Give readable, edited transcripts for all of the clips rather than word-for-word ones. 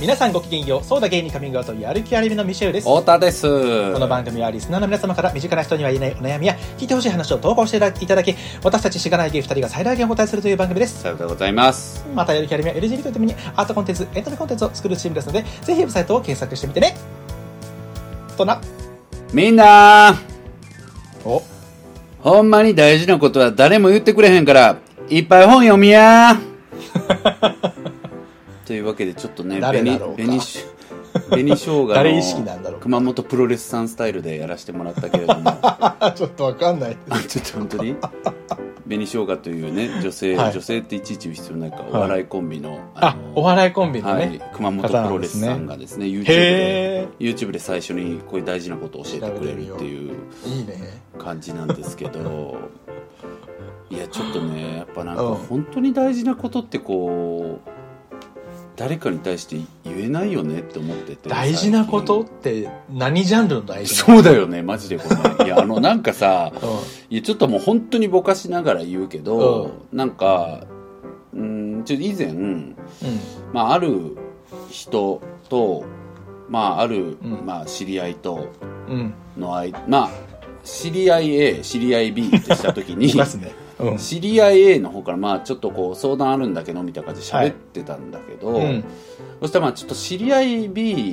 皆さんごきげんよう。そうだゲイにカミングアウトやる気ありみのミシェウです。 太田です。 この番組はリスナーの皆様から身近な人には言えないお悩みや聞いてほしい話を投稿していただき、私たちしがないゲイ2人が最大限お答えするという番組です。 さようでございます。 またやる気ありみは LGBT とともにアートコンテンツ、エンタメコンテンツを作るチームですので、ぜひウェブサイトを検索してみてね。とな。 みんなお、 ほんまに大事なことは誰も言ってくれへんからいっぱい本読みやというわけでちょっとね、紅生姜誰意識なんだろう。 の熊本プロレスさんスタイルでやらせてもらったけれどもちょっとわかんないちょっと本当に紅生姜というね女性っていちいち言う必要ないか、お笑いコンビのお笑いコンビのね、 はい、熊本プロレスさんがですね、YouTube で最初にこういう大事なことを教えてくれるっていう感じなんですけど、いやちょっとね、やっぱなんか本当に大事なことってこう誰かに対して言えないよねって思ってて。 大事なことって何ジャンルの大事なこと？そうだよね、マジでこれ。いやなんかさ、いやちょっともう本当にぼかしながら言うけど、なんかちょっと以前、まあある人とある、知り合いとのまあ知り合い A 知り合い B ってした時に知り合い A の方からちょっとこう相談あるんだけどみたいな感じで喋ってたんだけど、そしたらちょっと知り合い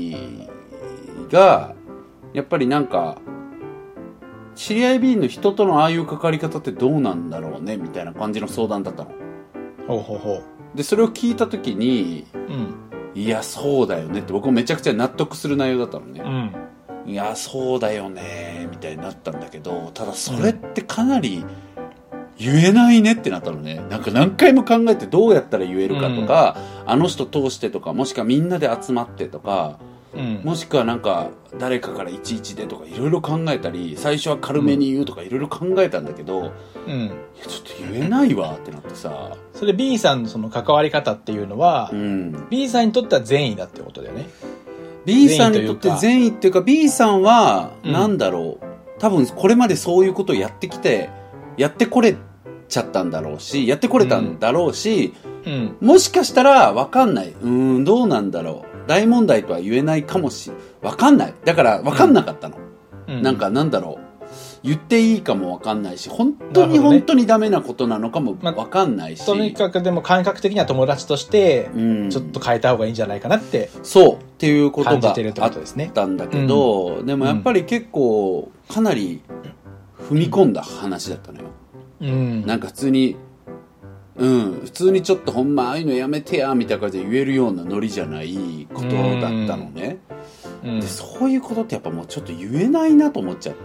B がやっぱりなんか知り合い B の人とのああいう関わり方ってどうなんだろうねみたいな感じの相談だったの。でそれを聞いた時に、いやそうだよねって僕もめちゃくちゃ納得する内容だったのね、いやそうだよねみたいになったんだけど、ただそれってかなり言えないねってなったのね。なんか何回も考えてどうやったら言えるかとか、あの人通してとか、もしくはみんなで集まってとか、もしくはなんか誰かから11でとかいろいろ考えたり、最初は軽めに言うとかいろいろ考えたんだけど、いやちょっと言えないわってなってさ。 それ B さんのその関わり方っていうのは、B さんにとっては善意だってことだよね。 B さんにとって善意っていうか、 B さんはなんだろう、多分これまでそういうことをやってきてやってこれちゃったんだろうし、やってこれたんだろうし、もしかしたら分かんない、どうなんだろう、大問題とは言えないかもしれない、分かんない、だから分かんなかったの、なんかなんだろう、言っていいかも分かんないし、本当にダメなことなのかも分かんないし、 とにかくでも感覚的には友達としてちょっと変えた方がいいんじゃないかなってそうっていうことがあったんだけど、でもやっぱり結構かなり踏み込んだ話だったのよ、なんか普通にちょっとほんまああいうのやめてやみたいな感じで言えるようなノリじゃないことだったのね、でそういうことってやっぱもうちょっと言えないなと思っちゃって。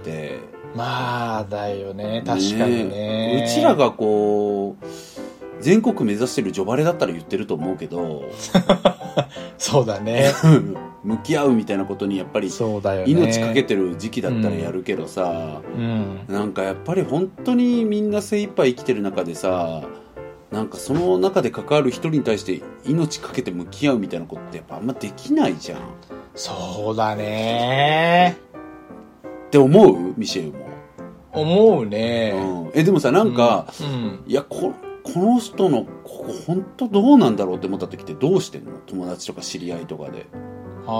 まあだよね、確かにね。 うちらがこう全国目指してるジョバレだったら言ってると思うけどそうだね向き合うみたいなことにやっぱり命かけてる時期だったらやるけどさ、なんかやっぱり本当にみんな精一杯生きてる中でさ、なんかその中で関わる一人に対して命かけて向き合うみたいなことってやっぱあんまできないじゃん。 そうだねって思う？ミシェルも思うね、 でもさなんか、いやこの人のここ本当どうなんだろうって思った時ってどうしてんの？友達とか知り合いとかで。 で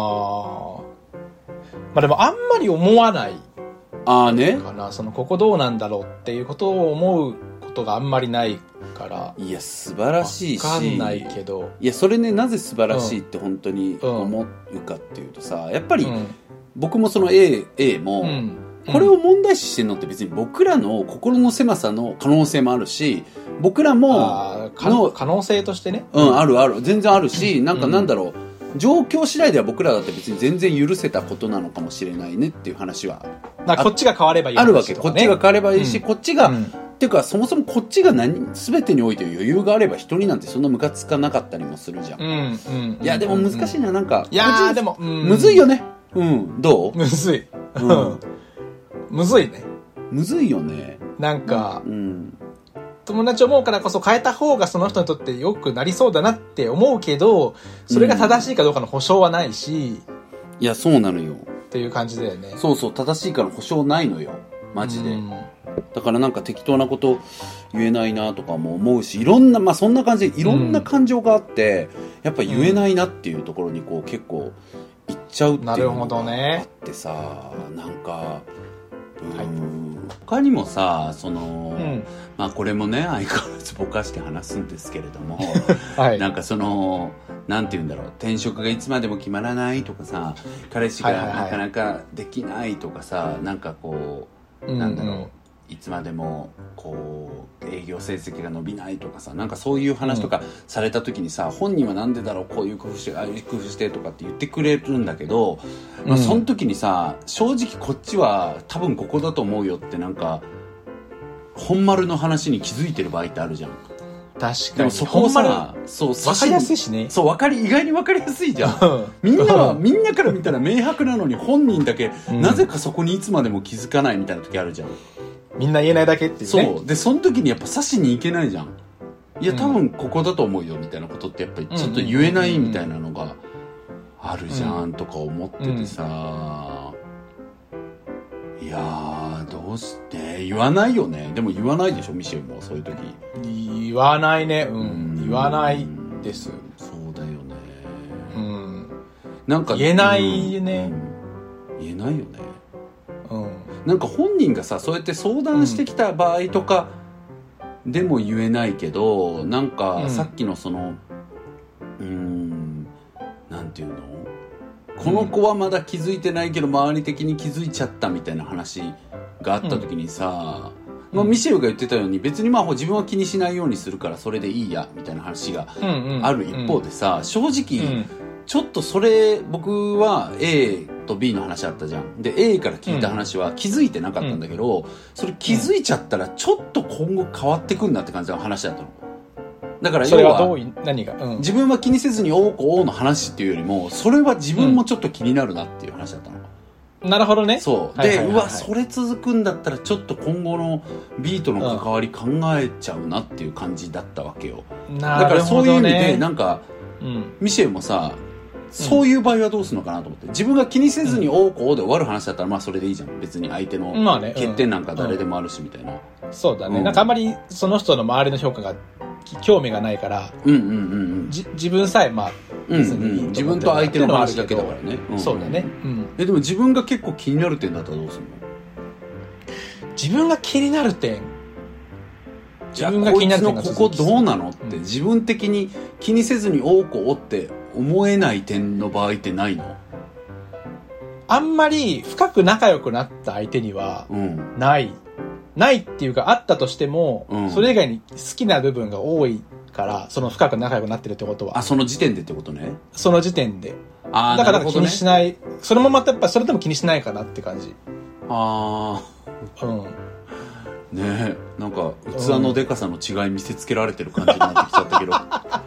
もあんまり思わないかな、そのここどうなんだろうっていうことを思うことがあんまりないから。いや素晴らしいし、 分かんないけど、 いやそれね、なぜ素晴らしいって本当に思うかっていうとさ、やっぱり、僕もその A も、これを問題視してるのって別に僕らの心の狭さの可能性もあるし、僕らも可能性としてね、 ある全然あるし、なんだろう、状況次第では僕らだって別に全然許せたことなのかもしれないねっていう話はこっちが変わればいい、 あるわけ。こっちが変わればいいし、こっちが、っていうかそもそもこっちが全てにおいて余裕があれば人になんてそんなムカつかなかったりもするじゃん。いやでも難しいな、なんかいやでもむずいよね。どう？ むずいむずいね。 むずいよね。 なんか、友達思うからこそ変えた方がその人にとって良くなりそうだなって思うけど、それが正しいかどうかの保証はないし、 いやそうなのよっていう感じだよね。 そう正しいから保証ないのよマジで。 だからなんか適当なこと言えないなとかも思うし、いろんな、まあそんな感じでいろんな感情があって、やっぱ言えないなっていうところにこう結構いっちゃうっていうのがあってさ、なんか、他にもさ、その、まあこれもね、相変わらずぼかして話すんですけれども、なんかその、なんて言うんだろう、転職がいつまでも決まらないとかさ、彼氏がなかなかできないとかさ、なんかこう、なんだろう、いつまでもこう営業成績が伸びないとかさ、なんかそういう話とかされた時にさ、本人はなんでだろう、こういう工夫してああいう工夫してとかって言ってくれるんだけど、まあ、その時にさ、正直こっちは多分ここだと思うよってなんか本丸の話に気づいてる場合ってあるじゃん。 確かに。 でもそこをさ、そう分かりやすいしね。 そう、意外に分かりやすいじゃん。みんなから見たら明白なのに本人だけ、なぜかそこにいつまでも気づかないみたいな時あるじゃん。 みんな言えないだけっていうね。 そう。で、その時にやっぱ刺しに行けないじゃん。いや、多分ここだと思うよみたいなことってやっぱりちょっと言えないみたいなのがあるじゃんとか思っててさ。いやー、どうして言わないよね。でも言わないでしょ、ミシェルもそういう時。 言わないね。言わないです。 そうだよね。なんか言えないね。 言えないよね。なんか本人がさ、そうやって相談してきた場合とかでも言えないけど、なんかさっきのそのなんていうの、この子はまだ気づいてないけど周り的に気づいちゃったみたいな話があった時にさ、まあ、ミシェルが言ってたように別にまあ自分は気にしないようにするからそれでいいやみたいな話がある一方でさ、正直ちょっとそれ、僕は A と B の話あったじゃん。で A から聞いた話は気づいてなかったんだけど、それ気づいちゃったらちょっと今後変わってくんなって感じの話だったの。だから要は何が、 自分は気にせずにおうこうの話っていうよりも、それは自分もちょっと気になるなっていう話だったの。 なるほどね。 そうで、うわそれ続くんだったらちょっと今後の B との関わり考えちゃうなっていう感じだったわけよ。だからそういう意味でなんか、ミシェルもさ、そういう場合はどうするのかなと思って、自分が気にせずにおうこうで終わる話だったらまあそれでいいじゃん。別に相手の欠点なんか誰でもあるしみたいな。 そうだね。なんかあんまりその人の周りの評価が興味がないから、自分さえまあ別に自分と相手の話だけだからね。 そうだね。 でも自分が結構気になる点だったらどうするの？ 自分が気になる点。 自分が気になる点がここどうなのって自分的に気にせずにおうこうって思えない点の場合ってないの？ あんまり深く仲良くなった相手にはない。ないっていうかあったとしても、それ以外に好きな部分が多いから、その深く仲良くなってるってことは。 その時点でってことね。 その時点で。だから気にしない、それもまたやっぱそれでも気にしないかなって感じ。 ねえ、なんか器のでかさの違い見せつけられてる感じになってきちゃったけど。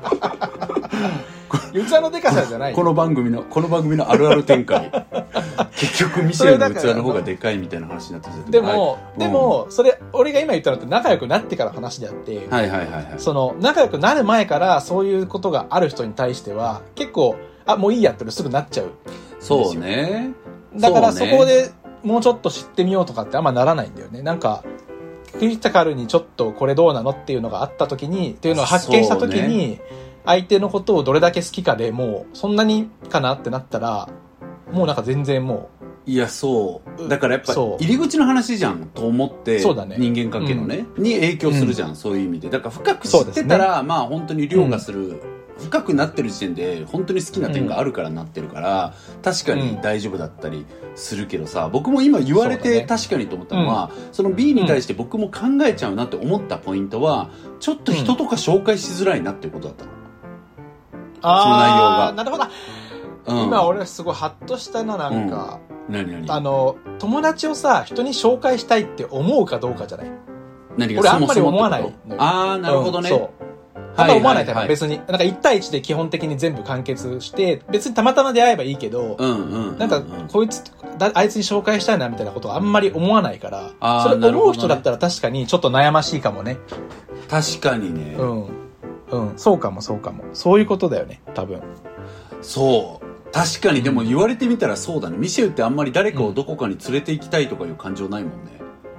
器のでかさじゃない。 この番組のあるある展開。結局ミシェルの器の方がでかいみたいな話になってきちゃった。 でもそれ俺が今言ったのって仲良くなってからの話であって、その仲良くなる前からそういうことがある人に対しては結構もういいやってすぐなっちゃう。 そうね。 だからそこでもうちょっと知ってみようとかってあんまならないんだよね。なんかクリティカルにちょっとこれどうなのっていうのがあった時にっていうのを発見した時に、相手のことをどれだけ好きかでもうそんなにかなってなったらもうなんか全然もういやそうだからやっぱ入り口の話じゃんと思って、人間関係のね、に影響するじゃん、そういう意味で。だから深く知ってたら、まあ本当に凌駕する、深くなってる時点で本当に好きな点があるからなってるから、確かに大丈夫だったりするけどさ、僕も今言われて確かにと思ったのは、その B に対して僕も考えちゃうなって思ったポイントは、ちょっと人とか紹介しづらいなっていうことだったの。その内容が。 なるほど。今俺すごいハッとしたな、なんか。 何友達をさ、人に紹介したいって思うかどうかじゃない？ 何が俺あんまり思わないのよ。 なるほどね。 そう。あんま思わないから、別に。なんか1対1で基本的に全部完結して、別にたまたま出会えばいいけど、なんかこいつ、あいつに紹介したいなみたいなことはあんまり思わないから、それ思う人だったら確かにちょっと悩ましいかもね。 確かにね。 そうかも。そういうことだよね、多分。 そう。確かに、でも言われてみたらそうだね。ミシェルってあんまり誰かをどこかに連れて行きたいとかいう感情ないもんね。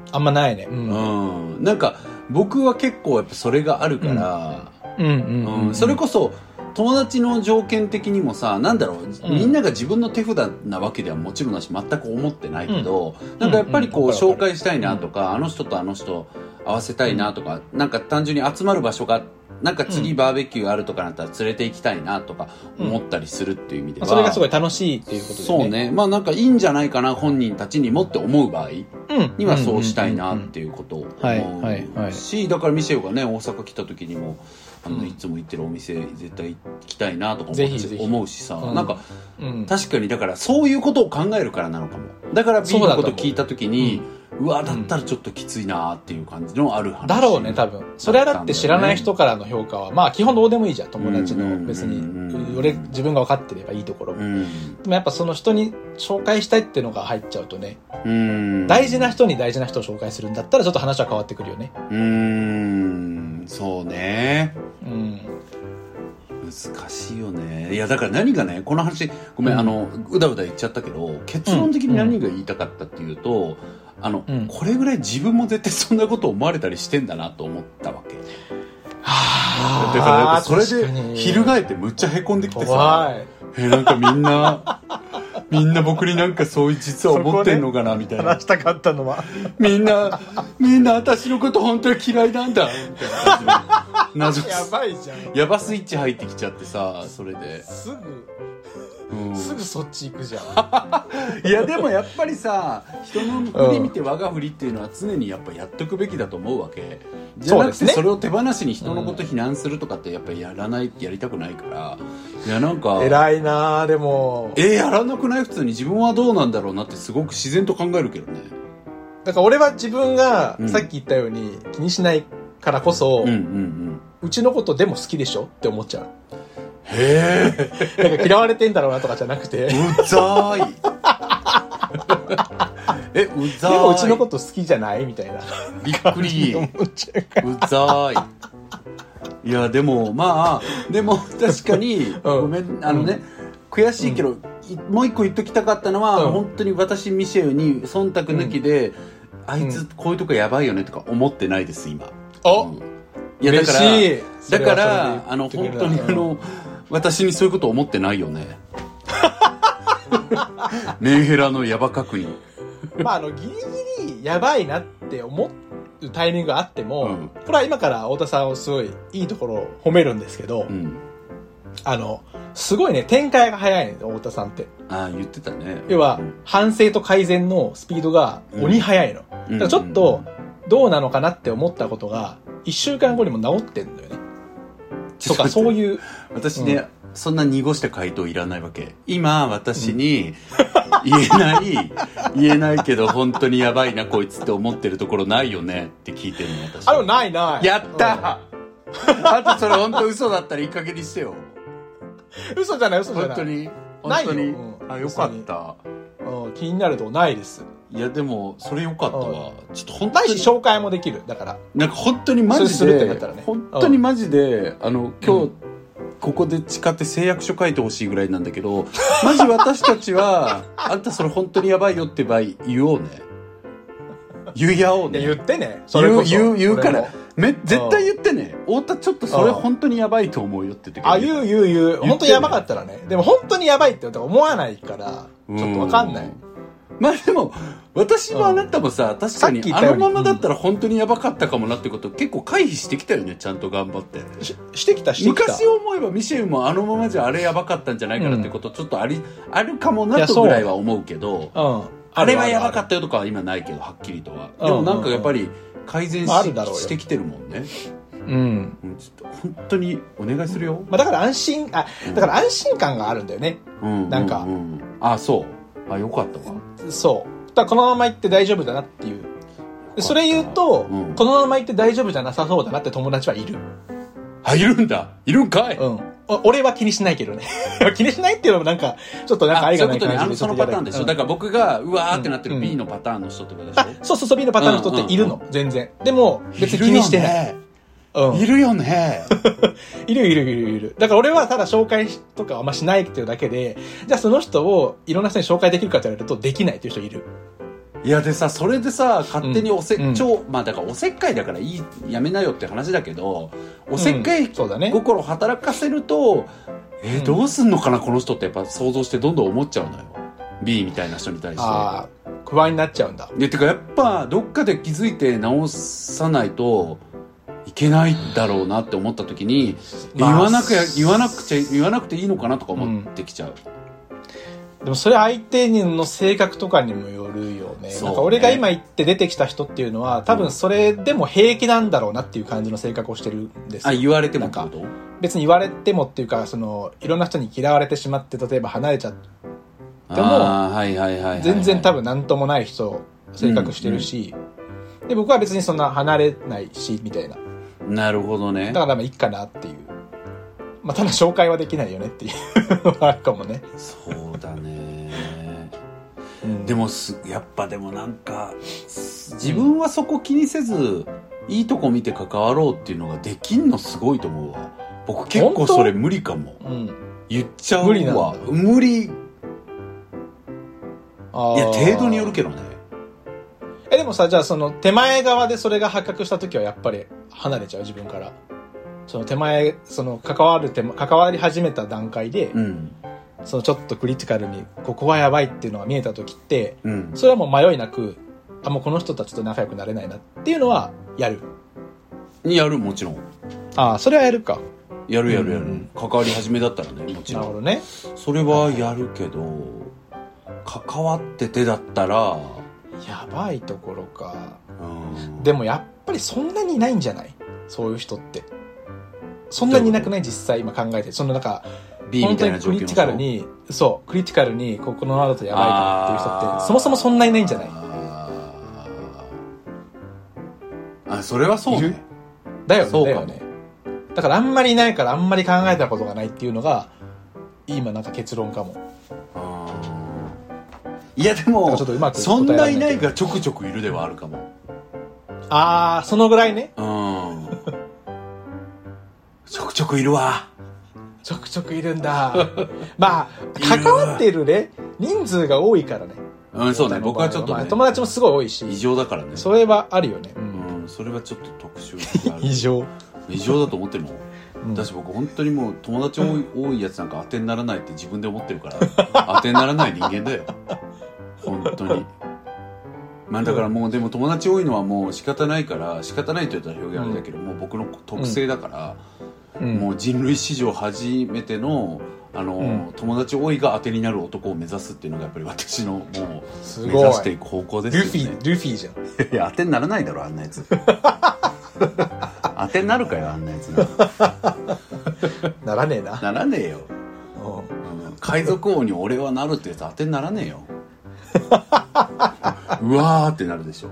あんまないね。 なんか、僕は結構やっぱそれがあるから、それこそ、友達の条件的にもさ、なんだろう、みんなが自分の手札なわけではもちろんだし、全く思ってないけど、なんかやっぱりこう、紹介したいなとか、あの人とあの人合わせたいなとか、なんか単純に集まる場所が、なんか次バーベキューあるとかなったら連れて行きたいなとか思ったりするっていう意味では、 それがすごい楽しいっていうことでね。 そうね。まあなんかいいんじゃないかな、本人たちにもって思う場合にはそうしたいなっていうことを思うし、だからミシェルがね、大阪来た時にも、いつも行ってるお店絶対行きたいなとか思うしさ、なんか、確かにだからそういうことを考えるからなのかも。だから B のこと聞いた時に、うわ、だったらちょっときついなっていう感じのある話。 だろうね、多分。それはだって知らない人からの評価は、まあ基本どうでもいいじゃん、友達の別に。自分が分かってればいいところ。でもやっぱその人に紹介したいっていうのが入っちゃうとね、大事な人に大事な人を紹介するんだったらちょっと話は変わってくるよね。 そうね。難しいよね。いや、だから何がね、この話、ごめん、うだうだ言っちゃったけど、結論的に何が言いたかったっていうと、これぐらい自分も絶対そんなこと思われたりしてんだなと思ったわけ。だからそれで翻ってむっちゃ凹んできてさ、なんかみんな僕になんかそういう実は思ってんのかなみたいな。 話したかったのはみんな私のこと本当に嫌いなんだみたいな感じのやばいじゃん。 やばスイッチ入ってきちゃってさ、それですぐそっち行くじゃん。いやでもやっぱりさ、人の振り見て我が振りっていうのは常にやっぱやっとくべきだと思うわけじゃなくて、それを手放しに人のこと非難するとかってやっぱりやりたくないから。いやなんか偉いな。でもやらなくない？普通に自分はどうなんだろうなってすごく自然と考えるけどね。 だから俺は自分がさっき言ったように気にしないからこそ、うちのことでも好きでしょって思っちゃう。 へえ。なんか嫌われてんだろうなとかじゃなくて。 うざーい。うざーい。 でもうちのこと好きじゃないみたいな。 びっくり。うざーい。いや、でも、まあ、確かに、ごめん、悔しいけど、もう一個言っときたかったのは、本当に私、ミシェルに忖度抜きで、あいつこういうとこやばいよねとか思ってないです、今。いや、だから、本当に私にそういうこと思ってないよね。メンヘラのヤバ確認。 まあ、ギリギリやばいなって思うタイミングがあっても、これは今から太田さんをすごいいいところを褒めるんですけど、すごいね、展開が早いね、太田さんって。 言ってたね。 要は、反省と改善のスピードが鬼早いの。だからちょっと、どうなのかなって思ったことが、1週間後にも治ってんだよね。とか、そういう。 私ね、そんな濁した回答いらないわけ。今、私に、言えないけど、本当にやばいな、こいつって思ってるところないよねって聞いてるの、私。 ない。 やったあとそれ本当嘘だったらいい加減にしてよ。 嘘じゃない。 本当に。 ないよ。 よかった。 気になるとこないです。 いやでもそれよかったわ。ちょっと本当にないし紹介もできる。だからなんか本当にマジで、本当にマジで今日ここで誓って誓約書書いてほしいぐらいなんだけど、マジ私たちはあんたそれ本当にやばいよって場合言おうね。言い合おうね。 言ってね。 言うから。絶対言ってね。太田ちょっとそれ本当にやばいと思うよって言って言う。本当にやばかったらね。でも本当にやばいって思わないから、ちょっとわかんない。 まあでも、私もあなたもさ、確かにあのままだったら本当にやばかったかもなってこと結構回避してきたよね、ちゃんと頑張って。 してきた。 昔思えばミシェルもあのままじゃあれやばかったんじゃないかなってことちょっとあるかもなとぐらいは思うけど、あれはやばかったよとかは今ないけど、はっきりとは。でもなんかやっぱり改善してきてるもんね。ちょっと本当にお願いするよ。 だから安心感があるんだよね。なんか。 そう。よかったわ。 そう。だからこのまま行って大丈夫だなっていう。それ言うと、このまま行って大丈夫じゃなさそうだなって友達はいる。 いるんだ。いるんかい。 俺は気にしないけどね。気にしないっていうのもなんか、ちょっとなんか愛がない感じで。 そのパターンでしょ。だから僕が、うわーってなってる B のパターンの人ってことでしょ。 そう、B のパターンの人っているの。全然。でも、別に気にしてない。 いるよね。 いる。だから俺はただ紹介とかあんましないっていうだけで、じゃあその人をいろんな人に紹介できるかって言われるとできないっていう人いる。 いやでさ、それでさ勝手にまあだからおせっかいだからやめなよって話だけど、おせっかい心働かせると、どうすんのかなこの人ってやっぱ想像してどんどん思っちゃうのよ、 B みたいな人に対して。 ああ、不安になっちゃうんだ。 てかやっぱどっかで気づいて直さないといけないだろうなって思った時に、言わなくていいのかなとか思ってきちゃう。 でもそれ相手の性格とかにもよるよね。なんか俺が今言って出てきた人っていうのは多分それでも平気なんだろうなっていう感じの性格をしてるんですよ。 あ、言われてもってこと？ 別に言われてもっていうか、いろんな人に嫌われてしまって例えば離れちゃっても全然多分なんともない人性格してるし、で僕は別にそんな離れないしみたいな。 なるほどね。 だからまあいいかなっていう。まあただ紹介はできないよねっていうのはあるかもね。 そうだね。でもやっぱでもなんか自分はそこ気にせずいいとこ見て関わろうっていうのができんのすごいと思うわ。僕結構それ無理かも。言っちゃうわ。無理。いや程度によるけどね。 でもさ、じゃあその手前側でそれが発覚した時はやっぱり離れちゃう、自分から。その手前、関わり始めた段階で、そのちょっとクリティカルにここはやばいっていうのが見えた時って、それはもう迷いなく、もうこの人たちと仲良くなれないなっていうのはやる。 もちろん。 それはやるか。 やる。関わり始めだったらね、もちろん。 なるほどね。 それはやるけど、関わっててだったらやばいところか。でもやっぱりそんなにいないんじゃない？そういう人ってそんなにいなくない？実際今考えて、なんか B みたいな状況の人、 クリティカルにこのままだとやばいかっていう人ってそもそもそんなにいないんじゃない？ それはそうね。 だよね。だからあんまりいないからあんまり考えたことがないっていうのが今なんか結論かも。 いやでもそんないないがちょくちょくいるではあるかも。 そのぐらいね。 ちょくちょくいるわ。 ちょくちょくいるんだ。まあ関わっているね人数が多いからね。 そうね。僕はちょっとね、 友達もすごい多いし異常だからね。 それはあるよね。 それはちょっと特殊異常だと思ってるもん。私僕本当にもう友達多いやつなんか当てにならないって自分で思ってるから当てにならない人間だよ本当に。まあだからもうでも友達多いのはもう仕方ないと言ったら表現あれだけど、もう僕の特性だから、もう人類史上初めての友達多いが当てになる男を目指すっていうのがやっぱり私のもう目指していく方向ですよね。 ルフィじゃん。 いや当てにならないだろあんなやつ当てになるかよあんなやつならねえな。 ならねえよ。海賊王に俺はなるってやつ当てにならねえようわーってなるでしょ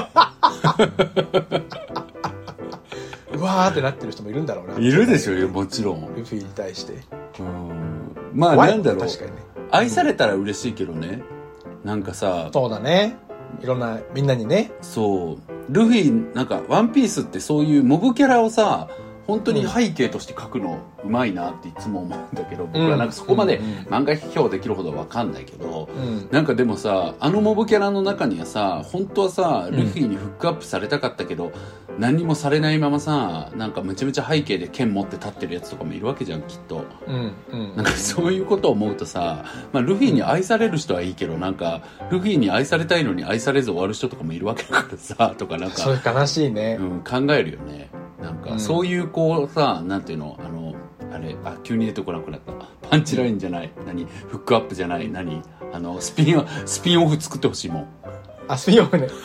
うわーってなってる人もいるんだろうな。 いるでしょよ、もちろん。 ルフィに対して。 まあなんだろう、 確かにね。 愛されたら嬉しいけどね。なんかさ、 そうだね。いろんなみんなにね。 そう、ルフィなんかワンピースってそういうモブキャラをさ、本当に背景として描くのうまいなっていつも思うんだけど、僕はなんかそこまで漫画批評できるほどわかんないけど、なんかでもさ、モブキャラの中にはさ、本当はさルフィにフックアップされたかったけど、何にもされないままさ、なんかめちゃめちゃ背景で剣持って立ってるやつとかもいるわけじゃん、きっと。なんかそういうことを思うとさ、まあルフィに愛される人はいいけど、なんかルフィに愛されたいのに愛されず終わる人とかもいるわけだからさ、とかなんかそれ悲しいね。 考えるよね。なんかそういうこうさ、なんていうの、急に出てこなくなった。パンチラインじゃない、フックアップじゃない、スピンオフ作ってほしいもん。 スピンオフね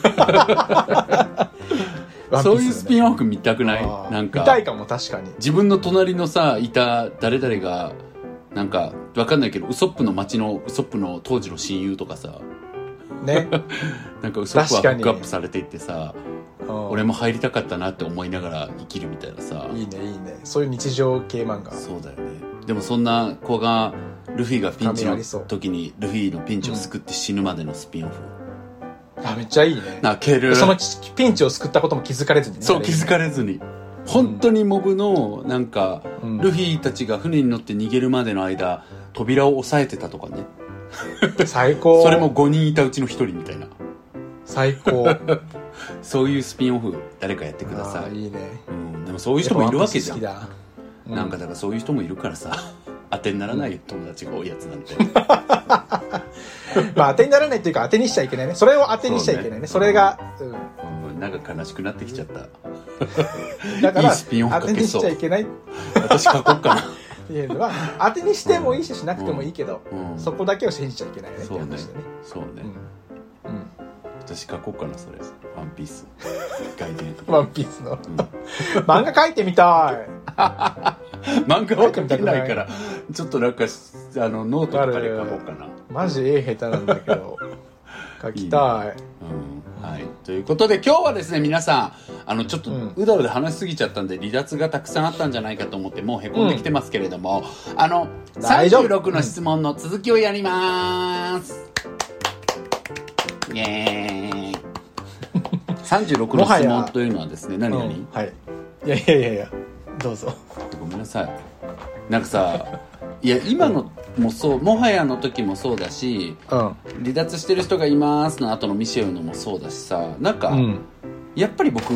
そういうスピンオフ見たくない？なんか見たいかも。確かに自分の隣のさいた誰々がなんかわかんないけど、ウソップの町のウソップの当時の親友とかさねなんかウソップはフックアップされていってさ、俺も入りたかったなって思いながら生きるみたいなさ。 いいねいいね、そういう日常系漫画。 そうだよね。でもそんな子がルフィがピンチの時にルフィのピンチを救って死ぬまでのスピンオフ、 めっちゃいいね。 泣ける。 そのピンチを救ったことも気づかれずにね。 そう、気づかれずに。本当にモブのなんか、ルフィたちが船に乗って逃げるまでの間扉を押さえてたとかね。 最高。 それも5人いたうちの1人みたいな。 最高。 そういうスピンオフ誰かやってください。 いいね。 でもそういう人もいるわけじゃん。 好きだ。 なんかだからそういう人もいるからさ、当てにならない友達が多いやつなんて。 まあ当てにならないっていうか当てにしちゃいけないね。それを当てにしちゃいけないね。それが、 なんか悲しくなってきちゃった。 だからいいスピンオフかけそう。 当てにしちゃいけない。 私書こうかな。 っていうのは当てにしてもいいししなくてもいいけど、そこだけを信じちゃいけないねって話でね。 そうね。私書こうかなそれ。ワンピース外伝。 ワンピースの、漫画描いてみたい。 漫画は描けないからちょっとなんかノートとかで書こうかな。 マジ絵下手なんだけど描きたい。 はい、ということで今日はですね皆さんちょっとうだうだ話しすぎちゃったんで離脱がたくさんあったんじゃないかと思ってもうへこんできてますけれども、36の質問の続きをやりまーす。イエーイ。36の質問というのはですね何、はいいやどうぞ。 ごめんなさい。なんかさいや今のもそうもはやの時もそうだし、離脱してる人がいますの後のミシェルのもそうだしさなんか、やっぱり僕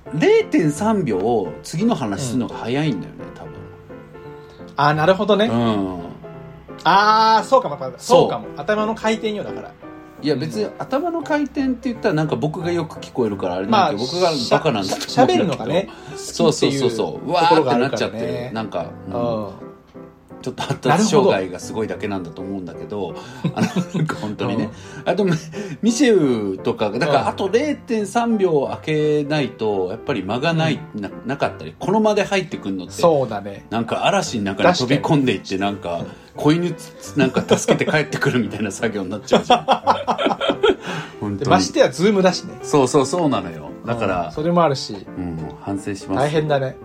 0.3 秒を次の話するのが早いんだよね多分。 ああなるほどね。ああそうかもそうかも頭の回転よだから。 いや別に頭の回転って言ったらなんか僕がよく聞こえるからあれなんだけど、僕がバカなんだけど喋るのがねそううわーってなっちゃってるなんか、ちょっと発達障害がすごいだけなんだと思うんだけどなんか本当にね、あとミシェウとかだからあと 0.3 秒開けないとやっぱり間がなかったりこの間で入ってくるのってそうだねなんか嵐の中に飛び込んでいってなんか子犬なんか助けて帰ってくるみたいな作業になっちゃうじゃん本当に。ましてやズームだしね。そうなのよ。だから、 それもあるし、 反省します。 大変だね。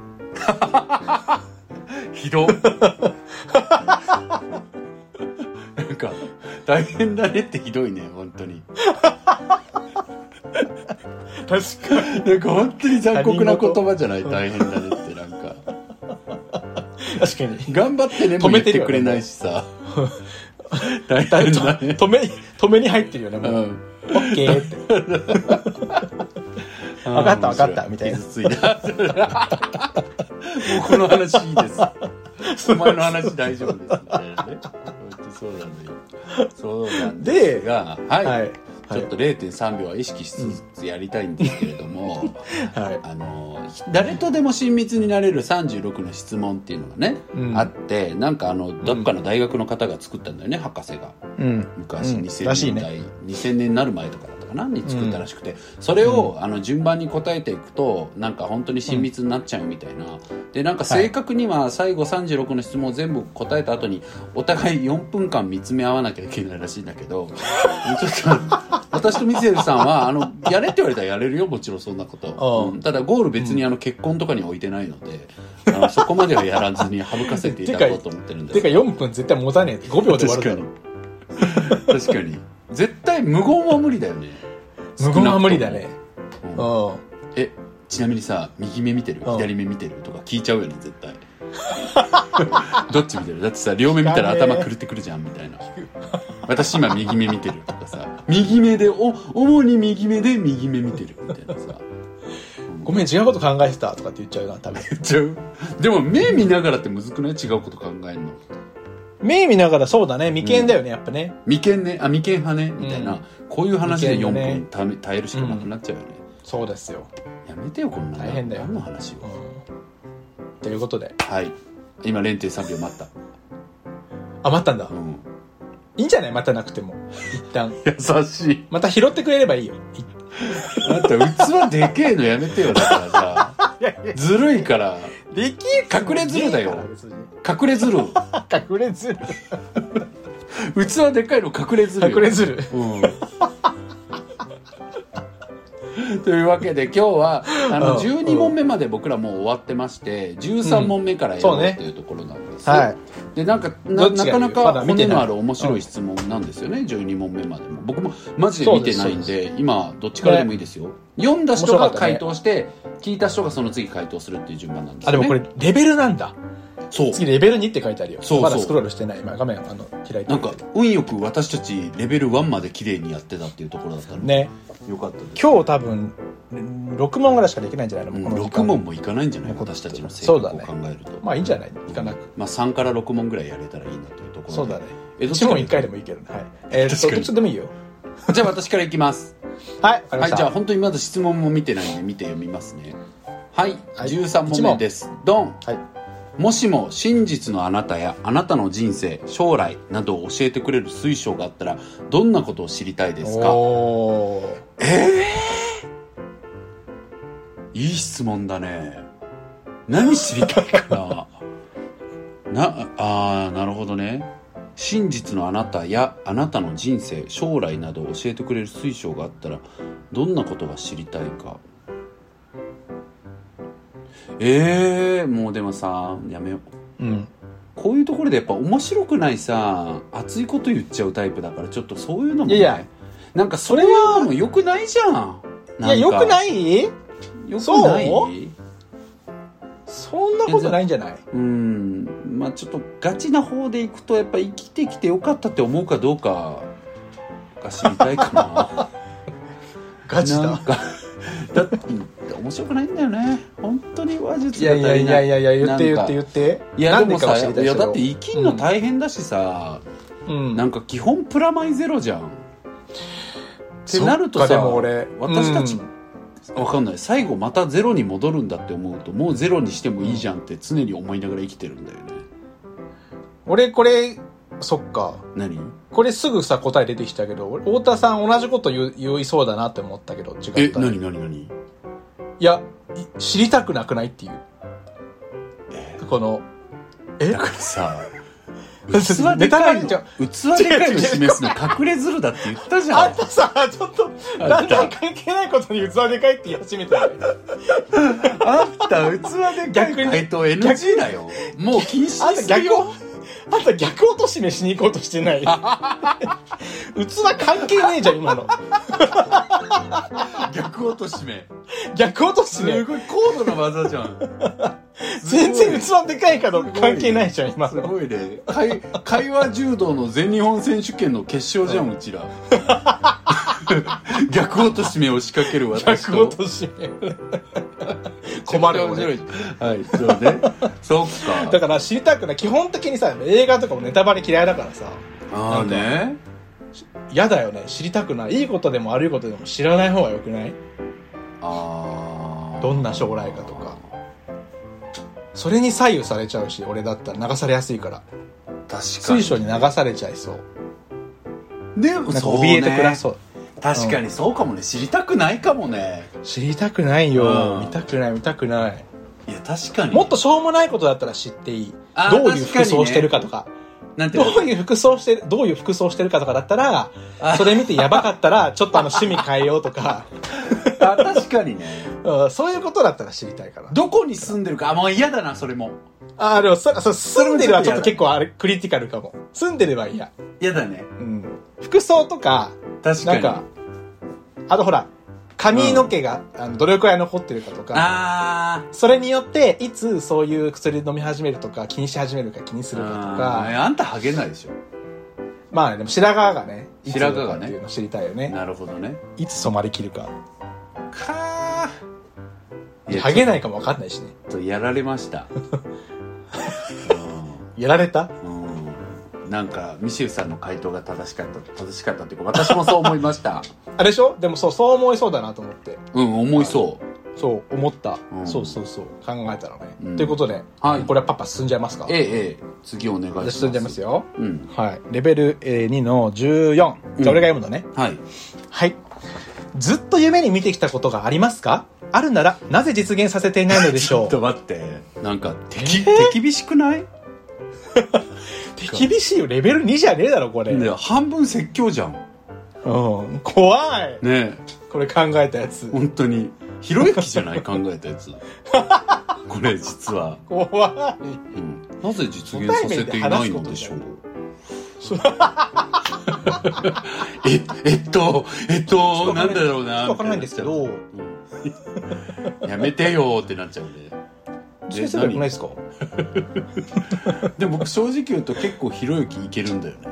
ひどなんか大変だねってひどいね本当に。 確かになんか本当に残酷な言葉じゃない大変だねってなんか確かに頑張ってねも言ってくれないしさ大変だね。 止めに入ってるよねもう、オッケーって分かったみたいな。 傷ついたもうこの話いいですお前の話大丈夫ですみたいなね。そうなんですがはいちょっと 0.3 秒は意識しつつやりたいんですけれども、誰とでも親密になれる36の質問っていうのがね、あってなんかどっかの大学の方が作ったんだよね博士が、昔2000年代、2000年になる前とかだったかなに作ったらしくて、それを順番に答えていくとなんか本当に親密になっちゃうみたいな。でなんか正確には最後36の質問を全部答えた後にお互い4分間見つめ合わなきゃいけないらしいんだけどちょっと私とミセルさんはやれって言われたらやれるよもちろんそんなこと、ただゴール別に結婚とかに置いてないので、そこまではやらずに省かせていただこうと思ってるんです。 てか4分絶対持たねえ5秒で終わるから確かに絶対無言は無理だよね。 無言は無理だね。 ちなみにさ右目見てる左目見てるとか聞いちゃうよね絶対どっち見てるだってさ両目見たら頭狂ってくるじゃんみたいな私今右目見てるとかさ右目で主に右目で右目見てるみたいなさごめん違うこと考えてたとかって言っちゃうな多分。 言っちゃう。でも目見ながらってむずくない？違うこと考えるの。 目見ながらそうだね眉間だよね、やっぱね。 眉間ね眉間派ねみたいな、こういう話で4分耐えるしかなくなっちゃうよね。 そうですよ。 やめてよこんな大変だよ何の話を、 ということで今 0.3 秒待った。 待ったんだ。いいんじゃない待たなくても一旦優しい。 また拾ってくれればいいよ。 だって器でけえのやめてよだからさずるいからでき隠れずるだよ。隠れずる隠れずる器でかいの隠れずる隠れずる、 というわけで今日は12問目まで僕らもう終わってまして13問目からやろうっていうところなんです、でなんか なかなか骨のある面白い質問なんですよね、12問目までも僕もマジで見てないんで今どっちからでもいいですよ、読んだ人が回答して、聞いた人がその次回答するっていう順番なんですよね。 でもこれレベルなんだ。 そう次レベル2って書いてあるよ。 そうそうまだスクロールしてない。今画面開いてる。 なんか運よく私たちレベル1まで綺麗にやってたっていうところだったのね。 よかったです。 今日多分6問ぐらいしかできないんじゃないの、この時間 6問もいかないんじゃない私たちの性格を考えると、 まあいいんじゃない、いかなく、 まあ3から6問ぐらいやれたらいいなというところで。 そうだね。 1 問1回でもいいけどね。はい。どっちでもいいよ。 じゃあ私からいきます。 はい、わかりました。 はい、じゃあ本当にまだ質問も見てないんで見て読みますね。はい、13問目です。ドン。はい。もしも真実のあなたやあなたの人生、将来などを教えてくれる水晶があったらどんなことを知りたいですか？いい質問だね。何知りたいかな。なるほどね。真実のあなたやあなたの人生、将来などを教えてくれる水晶があったらどんなことが知りたいか。もうでもさ、やめよう。こういうところでやっぱ面白くないさ、熱いこと言っちゃうタイプだから、ちょっとそういうのもね。いやなんかそれはもう良くないじゃん。 いや、良くない？ 良くない？ そんなことないんじゃない？ まあちょっとガチな方でいくと、やっぱ生きてきてよかったって思うかどうかが知りたいかな。 ガチだ。 だって面白くないんだよね。本当に話術が足りない。いや言って。 いやでもさ、いやだって生きんの大変だしさ、なんか基本プラマイゼロじゃん。ってなるとさ、 でも俺私たちわかんない。最後またゼロに戻るんだって思うと、もうゼロにしてもいいじゃんって常に思いながら生きてるんだよね。 俺これそっか。 何？ これすぐさ答え出てきたけど、太田さん同じこと言いそうだなって思ったけど違った。 何？ いや、知りたくなくないっていう。このだからさ、器でかいの示すの隠れずるだって言ったじゃん。 あんたさ、ちょっとだんだん関係ないことに器でかいって言い始めた。 あんた器でかい回答 NG だよ。もう禁止にするよ。 あんた逆落としめしに行こうとしてない。器関係ねえじゃん今の。 逆落としめ。 逆落としめ。 すごい高度な技じゃん。 全然器でかいかどうか関係ないじゃん今の。 すごいね。会話柔道の全日本選手権の決勝じゃんうちら。逆落としめを仕掛ける私と。 逆落としめ。困るよね。 はい、そうね。そっか。 だから知りたくない。基本的にさ、映画とかもネタバレ嫌いだからさ。 ああね。 嫌だよね。知りたくない。いいことでも悪いことでも知らない方がよくない？どんな将来かとか。それに左右されちゃうし、俺だったら流されやすいから。 確かに。 水晶に流されちゃいそう。 でもそうね。 怯えて暮らそう。 確かにそうかもね。知りたくないかもね。 知りたくないよ。見たくない。 いや確かに。 もっとしょうもないことだったら知っていい。どういう服装してるかとか。 なんてどういう服装してるかとかだったら、それ見てやばかったら、ちょっと趣味変えようとか。 確かにね。 そういうことだったら知りたいから。 どこに住んでるか、もう嫌だな、それも。 でも住んでるはちょっと結構クリティカルかも。住んでれば嫌。 嫌だね。 服装とか、 確かに。 なんか、あとほら、髪の毛がどれくらい残ってるかとか、それによっていつそういう薬飲み始めるとか気にし始めるか気にするかとか。 あんたハゲないでしょ。 まあでも白髪がね、 白髪がねっていうの知りたいよね。 なるほどね。 いつ染まりきるか。ハゲないかも分かんないしね。 やられました。 やられた？ なんかミシェルさんの回答が正しかったっていうか、私もそう思いました。 あれでしょ？でもそう思いそうだなと思って。 思いそう。 そう思った。そう考えたらね。ということで、これはパパ進んじゃいますか？ 次お願いします。 進んじゃいますよ。はい。レベル2の14。じゃあ俺が読むのね。 はい。 はい。ずっと夢に見てきたことがありますか？あるならなぜ実現させていないのでしょう？ ちょっと待って。なんか手厳しくない？ 手厳しいよ。レベル2じゃねえだろこれ。 半分説教じゃん。 怖いね。 これ考えたやつ本当にひろゆきじゃない？考えたやつ。これ実は怖い。 なぜ実現させていないのでしょう？なんだろうな。 わからないんですけど。 やめてよってなっちゃうんで。 ちにすればよくないですか？ でも僕正直言うと結構ひろゆきいけるんだよね。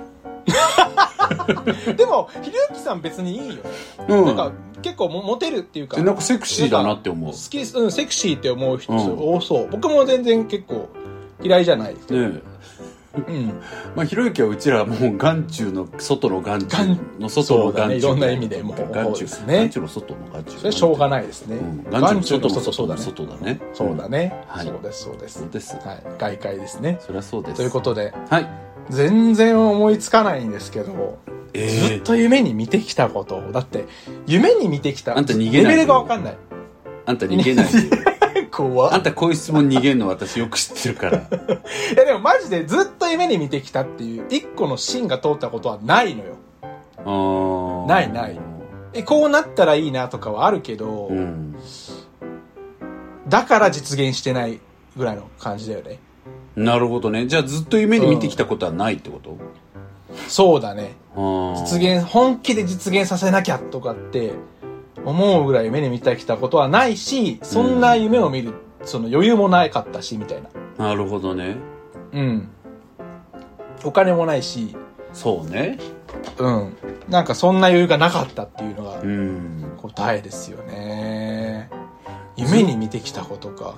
でもひろゆきさん別にいいよね、うん、なんか結構モテるっていうかなんかセクシーだなって思う。 好き、うん、セクシーって思う人多そう、僕も全然結構嫌いじゃないですね。うん、 まあひろゆきはうちらもう眼中の外の眼中の外の眼中、 ね、いろんな意味でもう眼中ですね。眼中の外の眼中。 それはしょうがないですね。 眼中の外の外だね。 そうだね。そうだね。はい、そうですそうです。 そうです。 はい。外界ですね。 そりゃそうです。 ということで、 はい。 全然思いつかないんですけど、ずっと夢に見てきたことだって夢に見てきたあんた逃げない。 レベルが分かんない。 あんた逃げない。 怖っ。 あんたこういう質問逃げんの私よく知ってるから。いやでもマジでずっと夢に見てきたっていう一個の芯が通ったことはないのよ。ない。こうなったらいいなとかはあるけど、うん、だから実現してないぐらいの感じだよね。 なるほどね。じゃあずっと夢に見てきたことはないってこと？ そうだね。本気で実現させなきゃとかって思うぐらい夢に見てきたことはないし、そんな夢を見るその余裕もなかったしみたいな。 なるほどね。 うん。お金もないし。 そうね。 うん。なんかそんな余裕がなかったっていうのが答えですよね。夢に見てきたことか。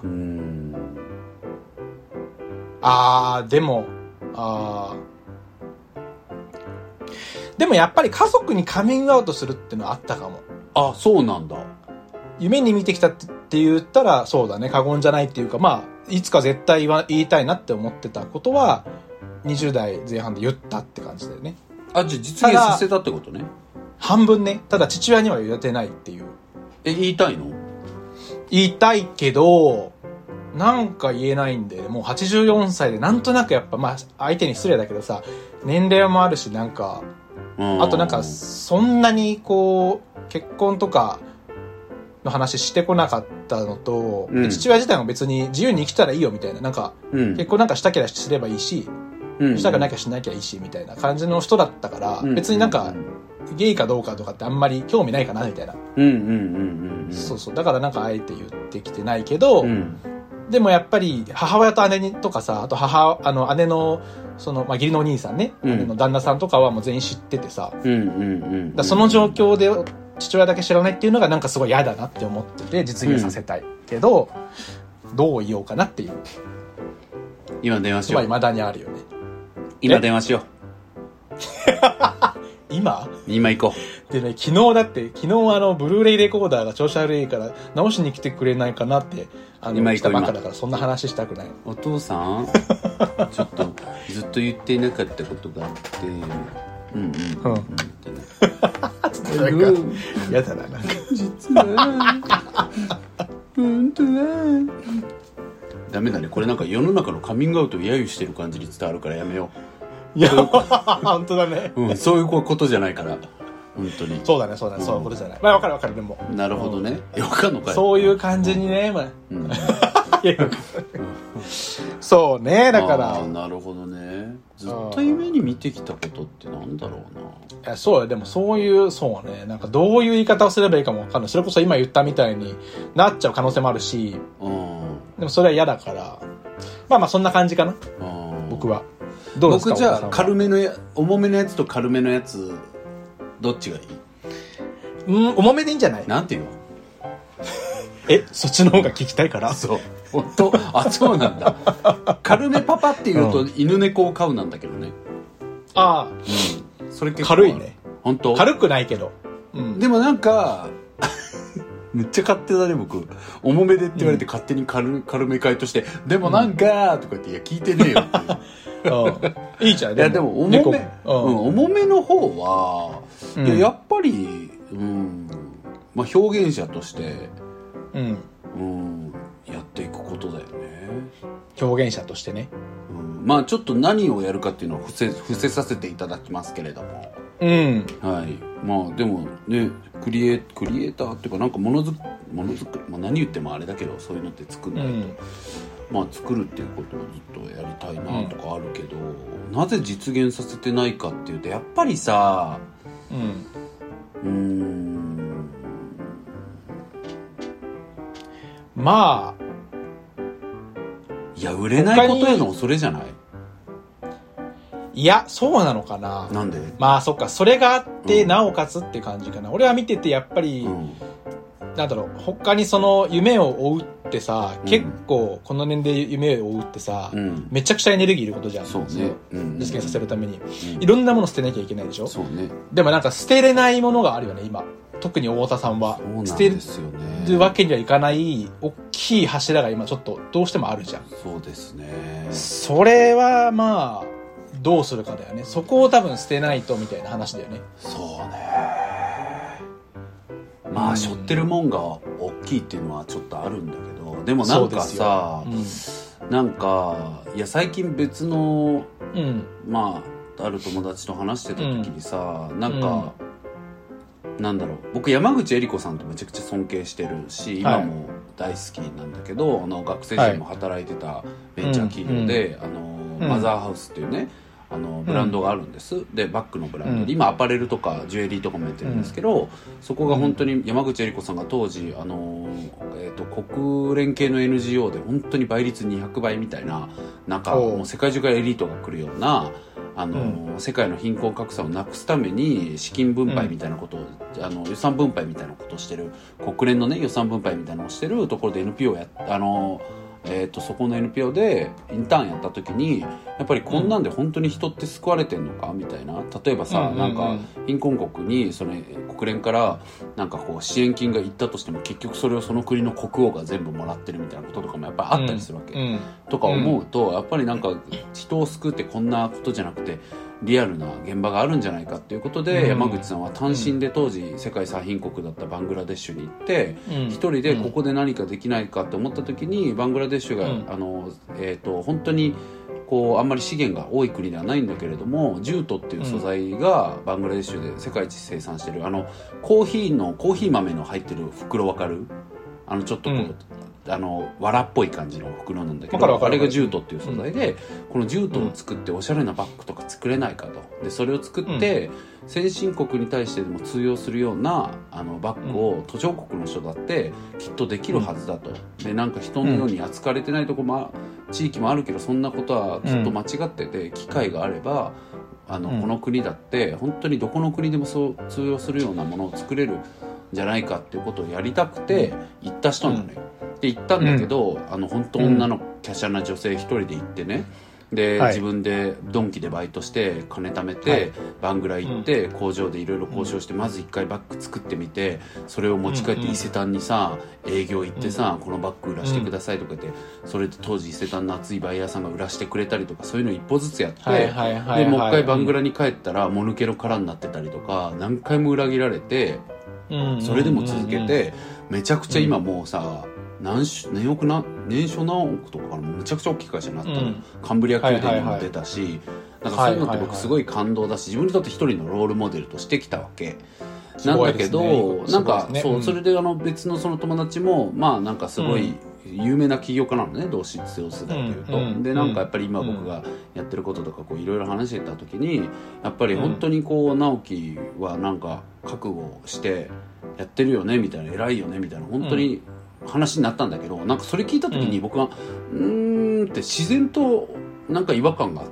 でもやっぱり家族にカミングアウトするっていうのはあったかも。 あ、そうなんだ。 夢に見てきたって言ったらそうだね、過言じゃないっていうか、まあいつか絶対言いたいなって思ってたことは20代前半で言ったって感じだよね。 あ、じゃあ実現させたってことね。 半分ね。ただ父親には言えてないっていう。 言いたいの？ 言いたいけどなんか言えないんで、もう84歳でなんとなくやっぱまあ相手に失礼だけどさ、年齢もあるし、なんかあとなんかそんなにこう結婚とかの話してこなかったのと、うん、父親自体も別に自由に生きたらいいよみたいな、なんか、うん、結婚なんかしたきゃすればいいし、うん、したくなきゃしなきゃいいしみたいな感じの人だったから、うん、別になんか、ゲイかどうかとかってあんまり興味ないかなみたいな。そうそう。だからなんかあえて言ってきてないけど、うん、でもやっぱり母親と姉にとかさ、あと姉のその、まあ、義理のお兄さんね、姉の旦那さんとかはもう全員知っててさ、だその状況で父親だけ知らないっていうのがなんかすごい嫌だなって思ってて実現させたいけど、どう言おうかなっていう。 今電話しよう。 未だにあるよね。 今電話しよう。今行こう。でね、昨日ブルーレイレコーダーが調子悪いから直しに来てくれないかなって今来たばっかだからそんな話したくない。 お父さんちょっとずっと言っていなかったことがあってやだな。 実は本当はダメだね。これなんか世の中のカミングアウトを揶揄してる感じに伝わるからやめよう。 いや本当だね、 うん、そういうことじゃないから本当に。 そうだね、そういうことじゃない。まあ分かるでも。 なるほどね。分かんのかい。 そういう感じにね、そうね、だからなるほどね。ずっと夢に見てきたことってなんだろうな。 いやそうよ。でもそうね、なんかどういう言い方をすればいいかも分かんない。それこそ今言ったみたいになっちゃう可能性もあるし、でもそれは嫌だから、まあそんな感じかな、僕は。どうですか？ 僕じゃあ重めのやつと軽めのやつどっちがいい？ 重めでいいんじゃない？ なんていうの？ そっちの方が聞きたいから。 そう本当。あ、そうなんだ。軽めパパっていうと、犬猫を飼うなんだけどね。 ああ、 それ結構軽いね。 本当？ 軽くないけど、 でもなんかめっちゃ勝手だね僕。重めでって言われて勝手に軽め回答して、でもなんかとかって、いや聞いてねえよっていう。 いいじゃん。 いやでも重めの方は、いややっぱり、まあ表現者として、やっていくことだよね。 表現者としてね。 まあちょっと何をやるかっていうのを伏せさせていただきますけれども。はい。まあでもね、クリエイターっていうかなんかものづくり、まあ何言ってもあれだけど、そういうのって作んないと。まあ作るっていうことをずっとやりたいなとかあるけど、なぜ実現させてないかっていうと、やっぱりさ、 まあいや売れないことへの恐れじゃない？ いやそうなのかな。 なんで？ まあそっか、それがあって、なおかつって感じかな。俺は見ててやっぱり、なんだろう、他にその夢を追うってさ、結構この年齢で夢を追うってさ、めちゃくちゃエネルギーいることじゃん。 そうね。 実現させるために、いろんなもの捨てなきゃいけないでしょ。 そうね。 でもなんか捨てれないものがあるよね今。特に太田さんは捨てるわけにはいかない大きい柱が今ちょっとどうしてもあるじゃん。 そうですね。 それはまあどうするかだよね。そこを多分捨てないとみたいな話だよね。 そうね。まあ背負ってるもんが大きいっていうのはちょっとあるんだけど、でもなんかさ、なんかいや最近別の、まあある友達と話してた時にさ、なんか、なんだろう、僕山口恵理子さんとめちゃくちゃ尊敬してるし、今も大好きなんだけど、学生時代も働いてたベンチャー企業で、マザーハウスっていうね、ブランドがあるんです、でバッグのブランドで、今アパレルとかジュエリーとかもやってるんですけど、そこが本当に山口恵理子さんが当時国連系の NGO で本当に倍率200倍みたいな、なんかもう世界中からエリートが来るような世界の貧困格差をなくすために資金分配みたいなことを、予算分配みたいなことをしてる、国連のね予算分配みたいなのをしてるところで NPO そこの NPO でインターンやった時に、やっぱりこんなんで本当に人って救われてんのかみたいな。例えばさ、なんか貧困国にその国連からなんかこう支援金が行ったとしても、結局それをその国の国王が全部もらってるみたいなこととかもやっぱりあったりするわけ、とか思うと、やっぱりなんか人を救うってこんなことじゃなくてリアルな現場があるんじゃないかっていうことで、山口さんは単身で当時世界最貧国だったバングラデシュに行って、一人でここで何かできないかって思った時に、バングラデシュが、本当にこうあんまり資源が多い国ではないんだけれども、ジュートっていう素材がバングラデシュで世界一生産してる、コーヒー豆の入ってる袋、わかる？ちょっとこう、藁っぽい感じの袋なんだけど、あれがジュートっていう素材で、このジュートを作っておしゃれなバッグとか作れないかと。でそれを作って、先進国に対してでも通用するようなバッグを途上国の人だってきっとできるはずだと。でなんか人のように扱われてないとこも地域もあるけど、そんなことはきっと間違ってて、機会があればこの国だって本当にどこの国でもそう通用するようなものを作れるんじゃないかっていうことをやりたくて行った人なのよ。で行ったんだけど、本当女の華奢な女性一人で行ってね、で、自分でドンキでバイトして金貯めて、バングラ行って、工場でいろいろ交渉して、まず一回バッグ作ってみて、それを持ち帰って伊勢丹にさ営業行ってさ、このバッグ売らしてくださいとか言って、それで当時伊勢丹の熱いバイヤーさんが売らしてくれたりとか、そういうの一歩ずつやって、でもう一回バングラに帰ったらもぬけの殻になってたりとか、何回も裏切られて、それでも続けて、めちゃくちゃ今もうさ、年商何億とかからむちゃくちゃ大きい会社になったの、カンブリア宮殿にも出たし、なんかそういうのって僕すごい感動だし、自分にとって一人のロールモデルとしてきたわけなんだけど、なんかそれで別のその友達もまあなんかすごい有名な起業家なのね、同質性世代というと、でなんかやっぱり今僕がやってることとかこういろいろ話してた時に、やっぱり本当にこう直樹はなんか覚悟してやってるよねみたいな、偉いよねみたいな本当に話になったんだけど、なんかそれ聞いた時に僕はって自然となんか違和感があって、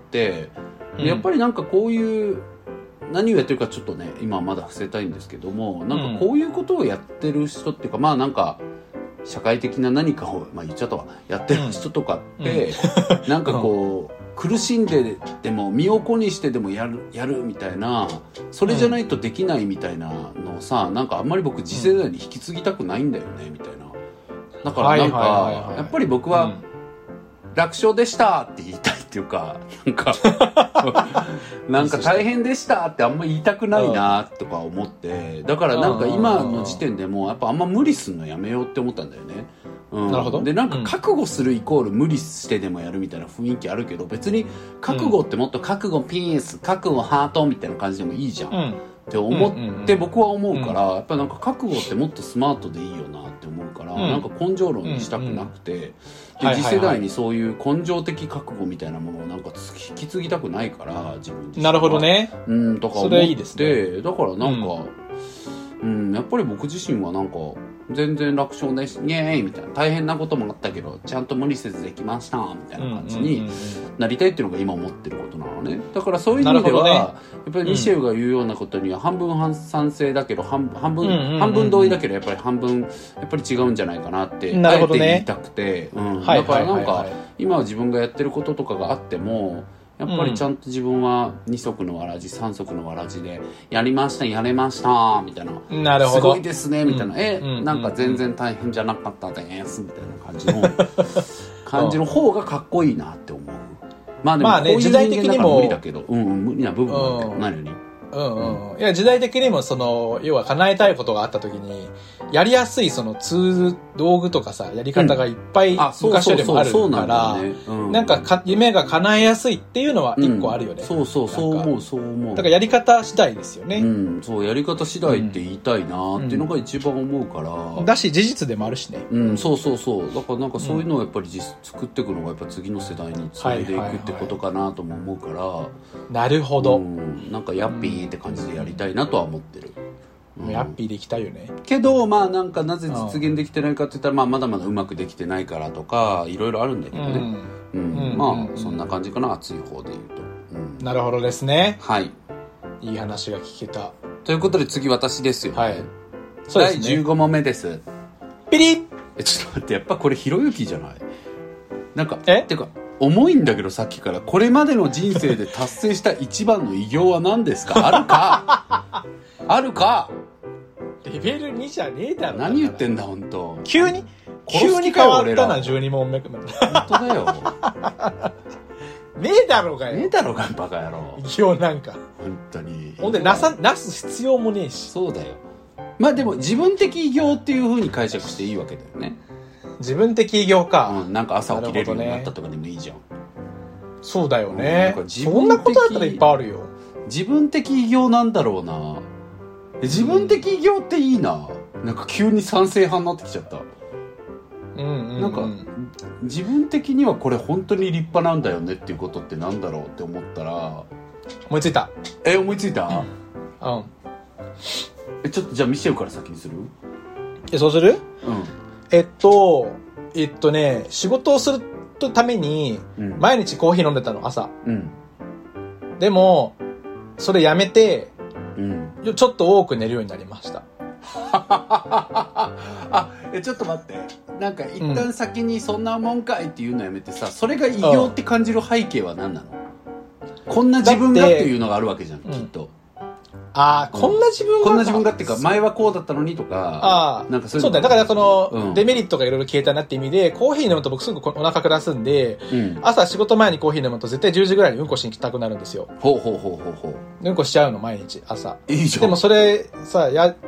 でやっぱりなんかこういう何をやってるかちょっとね今はまだ伏せたいんですけども、なんかこういうことをやってる人っていうか、まあなんか社会的な何かを、まあ、言っちゃったわ、やってる人とかって、なんかこう苦しんででも身を粉にしてでもやるみたいな、それじゃないとできないみたいなのをさ、なんかあんまり僕次世代に引き継ぎたくないんだよねみたいな。だからなんかやっぱり僕は楽勝でしたって言いたいっていうか、なんか大変でしたってあんま言いたくないなとか思って、だからなんか今の時点でもやっぱあんま無理すんのやめようって思ったんだよね。なるほど。でなんか覚悟するイコール無理してでもやるみたいな雰囲気あるけど、別に覚悟ってもっと覚悟ピース、覚悟ハートみたいな感じでもいいじゃん、って思って僕は思うから、やっぱなんか覚悟ってもっとスマートでいいよなって思うから、なんか根性論にしたくなくて、で次世代にそういう根性的覚悟みたいなものをなんか引き継ぎたくないから、自分自身。 なるほどね。 とか思って、だからなんか、やっぱり僕自身はなんか全然楽勝ですイエーイみたいな、大変なこともあったけどちゃんと無理せずできましたみたいな感じになりたいっていうのが今思ってることなのね。だからそういう意味では、ね、やっぱりミシェルが言うようなことには半分賛成だけど半分同意だけどやっぱり半分やっぱり違うんじゃないかなってあえて言いたくて、だからなんか今は自分がやってることとかがあってもやっぱりちゃんと自分は二足のわらじ3足のわらじでやりましたやれましたみたいな、 なるほどすごいですねみたいな、なんか全然大変じゃなかったですみたいな感じの方がかっこいいなって思う。まあでもこういう人間だから無理だけど、無理な部分もあって何よりいや時代的にもその要は叶えたいことがあった時にやりやすいその道具とかさやり方がいっぱい昔よりもあるからなんか夢が叶えやすいっていうのは一個あるよね。 そう思う。 だからやり方次第ですよね。 そうやり方次第って言いたいなっていうのが一番思うから。 だし事実でもあるしね。 そうだからなんかそういうのをやっぱり作っていくのがやっぱ次の世代につないでいくってことかなとも思うから。 なるほど。 なんかヤッピーって感じでやりたいなとは思ってる。 ヤッピーでいきたいよね。 けどまあなんかなぜ実現できてないかって言ったらまだまだうまくできてないからとかいろいろあるんだけどね。まあそんな感じかな、熱い方で言うと。 なるほどですね。 はい。 いい話が聞けた。 ということで次私ですよ。 はい。そうですね。 第15問目です。 ピリッ。 ちょっと待って、やっぱこれひろゆきじゃない？なんかてか重いんだけどさっきからこれまでの人生で達成した一番の偉業は何ですか？あるかあるか。 レベル2じゃねえだろ。 何言ってんだ本当。 急に変わったな12問目。本当だよ。 ねえだろうがよ。 ねえだろうがバカ野郎。 偉業なんか。 本当に。 ほんでなす必要もねえし。 そうだよ。まあでも自分的偉業っていう風に解釈していいわけだよね。 自分的偉業か。 なんか朝起きれるようになったとかでもいいじゃん。 そうだよね。そんなことだったらいっぱいあるよ。 自分的偉業なんだろうな。自分的偉業っていいな。なんか急に賛成派になってきちゃった。なんか自分的にはこれ本当に立派なんだよねっていうことってなんだろうって思ったら思いついた。 思いついた？ちょっとじゃあミシェルから先にする？ そうする？仕事をするために毎日コーヒー飲んでたの朝。でもそれやめてちょっと多く寝るようになりました。 ちょっと待って、なんか一旦先にそんなもんかいっていうのやめてさ、それが偉業って感じる背景は何なの？こんな自分がっていうのがあるわけじゃん、きっと。 こんな自分がこんな自分がっていうか前はこうだったのにとか、なんかそうだよ。だからその、デメリットがいろいろ消えたなって意味でコーヒー飲むと僕すぐお腹下すんで、朝仕事前にコーヒー飲むと絶対10時ぐらいにうんこしに来たくなるんですよ。うんこしちゃうの毎日朝。 いいじゃん。 でもそれさ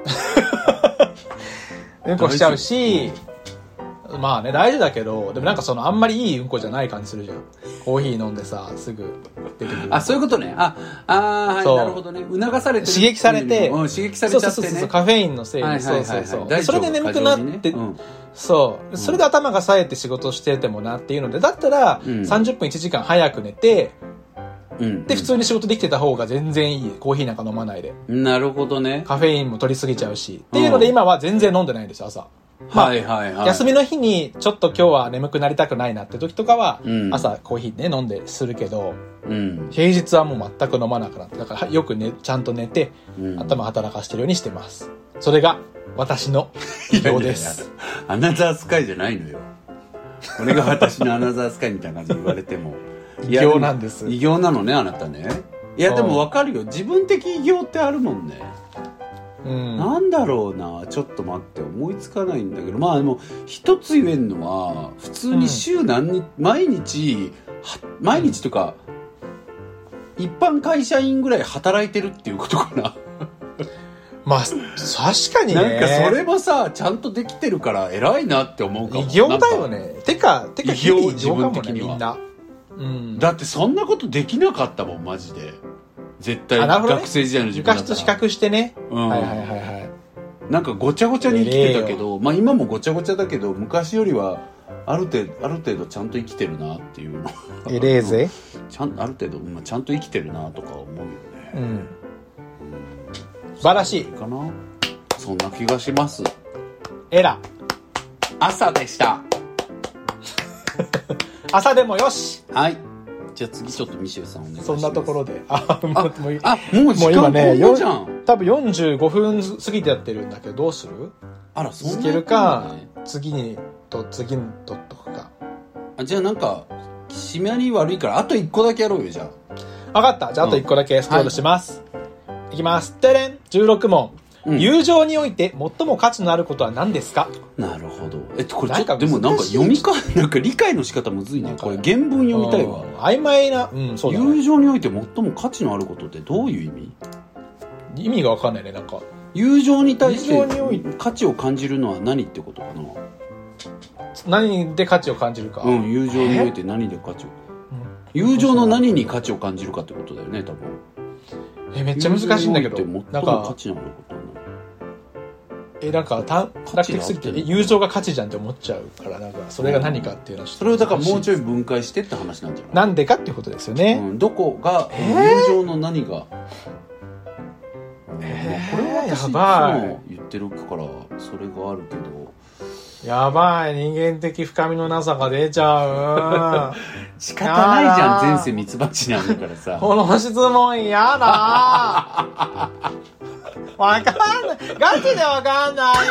うんこしちゃうし、まあね大事だけど、でもなんかそのあんまりいいうんこじゃない感じするじゃん。コーヒー飲んでさすぐ出てくる。 そういうことね。はい、なるほどね。促されてる、 刺激されて、 刺激されちゃってね。 そうカフェインのせいで、それで眠くなって、それで頭が冴えて仕事しててもなっていうので、だったら30分1時間早く寝て、で普通に仕事できてた方が全然いい。コーヒーなんか飲まないで。 なるほどね。 カフェインも取りすぎちゃうし、っていうので今は全然飲んでないんですよ朝。休みの日にちょっと今日は眠くなりたくないなって時とかは、朝コーヒーね飲んでするけど、平日はもう全く飲まなくなって、だからよくちゃんと寝て、頭働かしてるようにしてます。それが私の偉業です。 アナザースカイじゃないのよ。これが私のアナザースカイみたいな感じで言われても偉業なんです。 偉業なのね、あなたね。いやでも分かるよ、自分的偉業ってあるもんね。なんだろうな、ちょっと待って思いつかないんだけど、まあでも一つ言えんのは普通に週何日、毎日というか一般会社員ぐらい働いてるっていうことかな。 まあ確かにね。 なんかそれもさちゃんとできてるから偉いなって思うかも。 偉業だよね。てか偉業、自分的にはみんな。 だってそんなことできなかったもんマジで。絶対学生時代の自分だったら。 昔と比較してね。 なんかごちゃごちゃに生きてたけど、まあ今もごちゃごちゃだけど昔よりはある程度ちゃんと生きてるなっていうの。 えれーぜ。 ある程度ちゃんと生きてるなとか思うよね。 素晴らしいかな。そんな気がします。 エラ。 朝でした。 朝でもよし。 はい。じゃあ次ちょっとミシェルさんお願いします。 そんなところで。 もう時間今じゃん。 多分45分過ぎてやってるんだけど、どうする？ あら、そんな続けるか、次にととか。 じゃあなんか、締めに悪いから、あと1個だけやろうよ、じゃあ。わかった。じゃああと1個だけスクロールします。いきます。てれん !16 問。友情において最も価値のあることは何ですか？ なるほど。これちょっとでもなんか読みか、なんか理解の仕方むずいね。これ原文読みたいわ。 曖昧な、そうだね。 友情において最も価値のあることってどういう意味？ 意味がわかんないね、なんか。 友情に対して価値を感じるのは何ってことかな？ 何で価値を感じるか。 友情において何で価値を。友情の何に価値を感じるかってことだよね、多分。 めっちゃ難しいんだけど。 なんか価値のあることはなんか短絡的すぎて友情が価値じゃんって思っちゃうからなんかそれが何かっていうのはそれをだからもうちょい分解してって話なんじゃない？ なんでかっていうことですよね。 どこが友情の何がこれは私いつも言ってるからそれがあるけどやばい人間的深みのなさが出ちゃう仕方ないじゃん前世ミツバチなんだからさこの質問嫌だわかんないガチでわかんない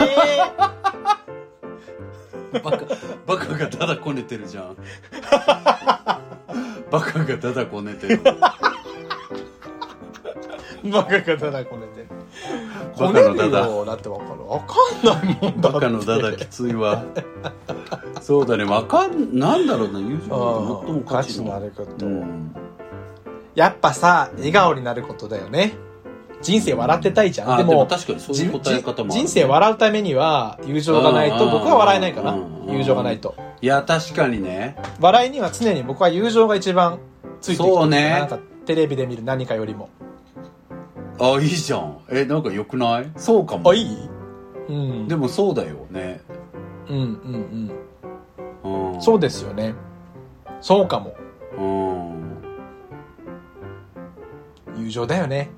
バカがただこねてるじゃんバカがただこねてるバカがただこねてるこねるよだってわかるわかんないもんだってバカのダダきついわそうだねなんだろうな友情の最も価値のあること、 やっぱさ笑顔になることだよね。人生笑ってたいじゃん。でも確かにそういう答え方もある、 人生笑うためには友情がないと僕は笑えないかな。友情がないと。 いや確かにね。 笑いには常に僕は友情が一番ついてきてる。 そうね。 なんかテレビで見る何かよりも。 あいいじゃん。なんか良くない？そうかも。 あいい？ でもそうだよね。 そうですよね。そうかも。友情だよね。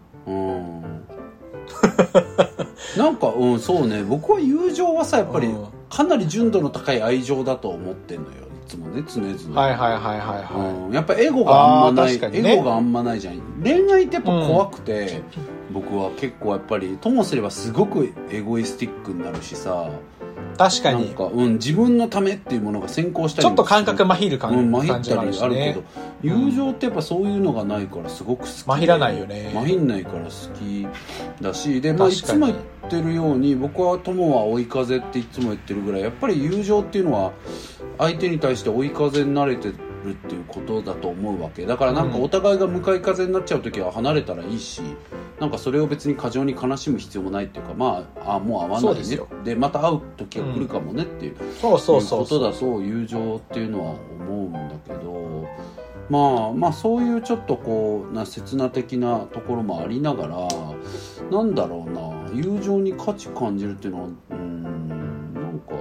なんかそうね僕は友情はさやっぱりかなり純度の高い愛情だと思ってんのよいつもね常々やっぱエゴがあんまない、エゴがあんまないじゃん。恋愛ってやっぱ怖くて、僕は結構やっぱりともすればすごくエゴイスティックになるしさ確かになんか、自分のためっていうものが先行したりちょっと感覚まひる感じがあるしね。 あるけど友情ってやっぱそういうのがないからすごく好きでまひらないよね。 まひんないから好きだしで、いつも言ってるように僕は友は追い風っていつも言ってるぐらいやっぱり友情っていうのは相手に対して追い風に慣れてるっていうことだと思うわけだからなんかお互いが向かい風になっちゃう時は離れたらいいしなんかそれを別に過剰に悲しむ必要もないっていうかもう会わないねでまた会う時が来るかもねっていうことだと友情っていうのは思うんだけどまあそういうちょっとこう切な的なところもありながらなんだろうな友情に価値感じるっていうのはなんか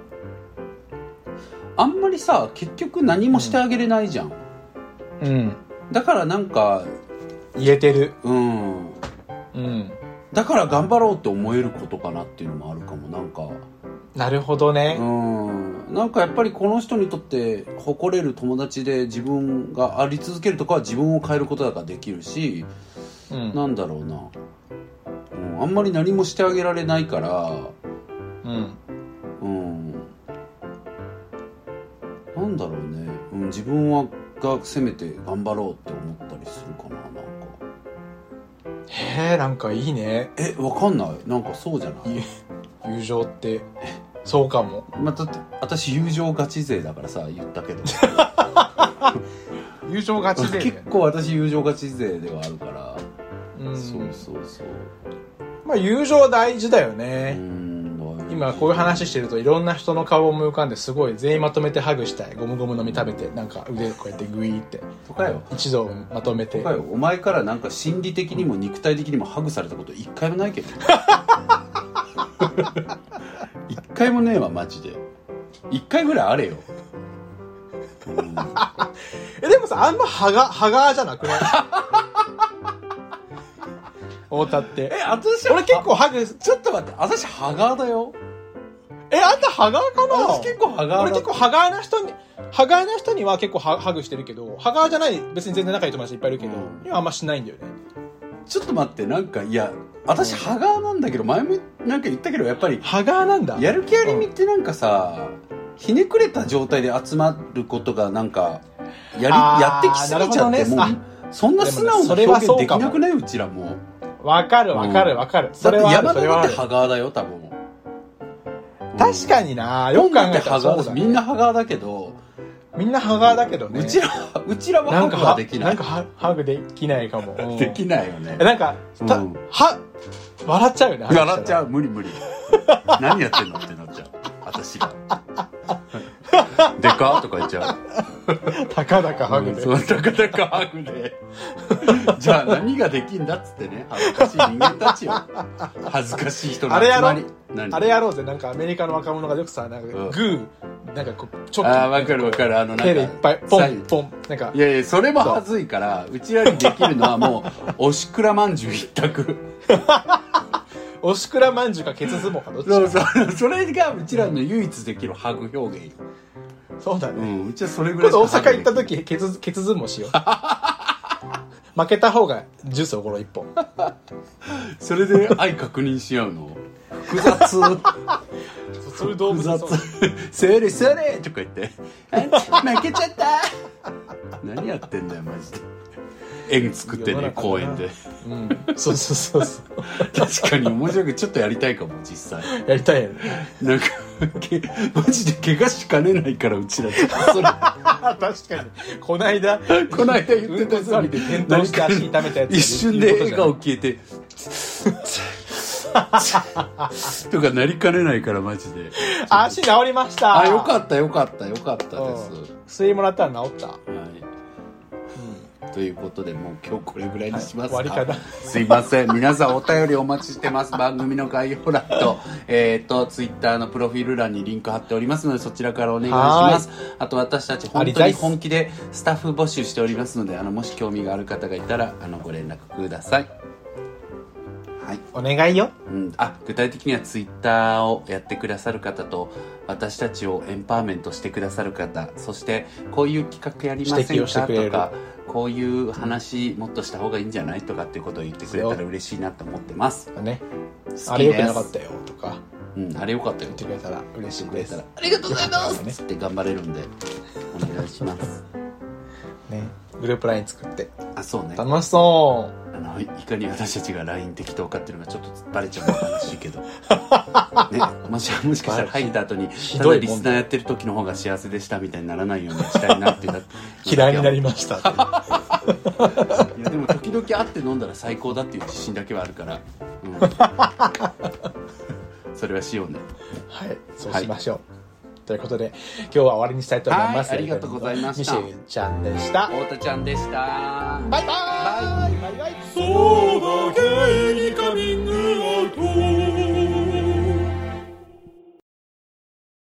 あんまりさ結局何もしてあげれないじゃん、だからなんか言えてるだから頑張ろうって思えることかなっていうのもあるかもなんかなるほどねなんかやっぱりこの人にとって誇れる友達で自分があり続けるとかは自分を変えることだからできるし、なんだろうな、あんまり何もしてあげられないからなんだろうね、自分がせめて頑張ろうって思ったりするかななんかなんかいいね。 わかんないなんかそうじゃない友情ってそうかも。 だって私友情ガチ勢だからさ言ったけど友情ガチ勢、 結構私友情ガチ勢ではあるからそうまあ友情大事だよね。今こういう話してるといろんな人の顔を思い浮かんですごい全員まとめてハグしたい。ゴムゴムの実食べてなんか腕こうやってグイーってとかよ一度まとめてとかよ。 お前からなんか心理的にも肉体的にもハグされたこと一回もないけど一回もねえわマジで。一回ぐらいあれよ、 でもさあんまハガーじゃなくない太田って私俺結構ハグちょっと待って私ハガーだよ。 あんたハガーかな？ 私結構ハガーだ。 俺結構ハガーな人には結構ハグしてるけど、ハガーじゃない、別に全然仲いい友達いっぱいいるけど、今あんましないんだよね。 ちょっと待って、なんか、いや、私ハガーなんだけど、前もなんか言ったけど、やっぱり、 ハガーなんだ。 やる気ありみってなんかさ、ひねくれた状態で集まることがなんか、やってきすぎちゃって、もう、そんな素直な表現できなくない？うちらも。 わかる。 それは山田だってハガーだよ、多分。 確かにな、よく考えたらそうだね。 みんなハガーだけど、 みんなハガーだけどね。 うちらはハグはできない。 なんかハグできないかも。 できないよね。 なんか、笑っちゃうよね。 笑っちゃう。無理。何やってんのってなっちゃう。私が。でかとか言っちゃう。 たかだかハグで。 そう、たかだかハグで。じゃあ何ができんだっつってね。恥ずかしい人間たちよ。恥ずかしい人の集まり。 あれやろうぜ。なんかアメリカの若者がよくさ、なんかグー、なんかこう、ちょっと。 わかる。なんか。 手でいっぱい、ポン、ポン。なんか。 いや、それも恥ずいから、うちらにできるのはもう、おしくらまんじゅう一択。 おしくらまんじゅうかケツ相撲かどっちか。それがうちらの唯一できるハグ表現。 そうだね。 うちはそれぐらいしか大阪行った時、ケツ相撲しよう。負けた方がジュースおごろ一本。 それで愛確認し合うの複雑。 そういう動物だ。 それとか言って、負けちゃった。何やってんだよマジで。円作ってね、公園で。 そう。 確かに面白くちょっとやりたいかも、実際。 やりたいよね。 なんか、マジで怪我しかねないから、うちら。 確かに。こないだ言ってた座りで転倒して足痛めたやつ。 一瞬で笑顔消えて、とかなりかねないから、マジで。 足治りました。 よかったです。 薬もらったら治った。 ということで、もう今日これぐらいにしますか。 終わりかな。 すいません。皆さんお便りお待ちしてます。番組の概要欄と、ツイッターのプロフィール欄にリンク貼っておりますので、そちらからお願いします。あと私たち本当に本気でスタッフ募集しておりますので、もし興味がある方がいたら、ご連絡ください。はい。 お願いよ。 具体的にはツイッターをやってくださる方と、私たちをエンパワーメントしてくださる方、そしてこういう企画やりませんかとか、こういう話もっとした方がいいんじゃないとかっていうことを言ってくれたら嬉しいなと思ってます。 ね。あれ良くなかったよとか。 あれ良かったよ。 言ってくれたら嬉しいです。 ありがとうございますって頑張れるんで、お願いします。 ね。グループ LINE 作って。 そうね。 楽しそう。 いかに私たちが LINE 適当かっていうのがちょっとバレちゃうのが悲しいけど。ね。もしかしたら入った後に、ただリスナーやってる時の方が幸せでしたみたいにならないようにしたいなっていう。 嫌いになりましたって。 いやでも時々会って飲んだら最高だっていう自信だけはあるから。それはしようね。 はい、そうしましょう。ということで、今日は終わりにしたいと思います。 ありがとうございました。 ミシェルちゃんでした。 太田ちゃんでした。 バイバイ。 バイバイ。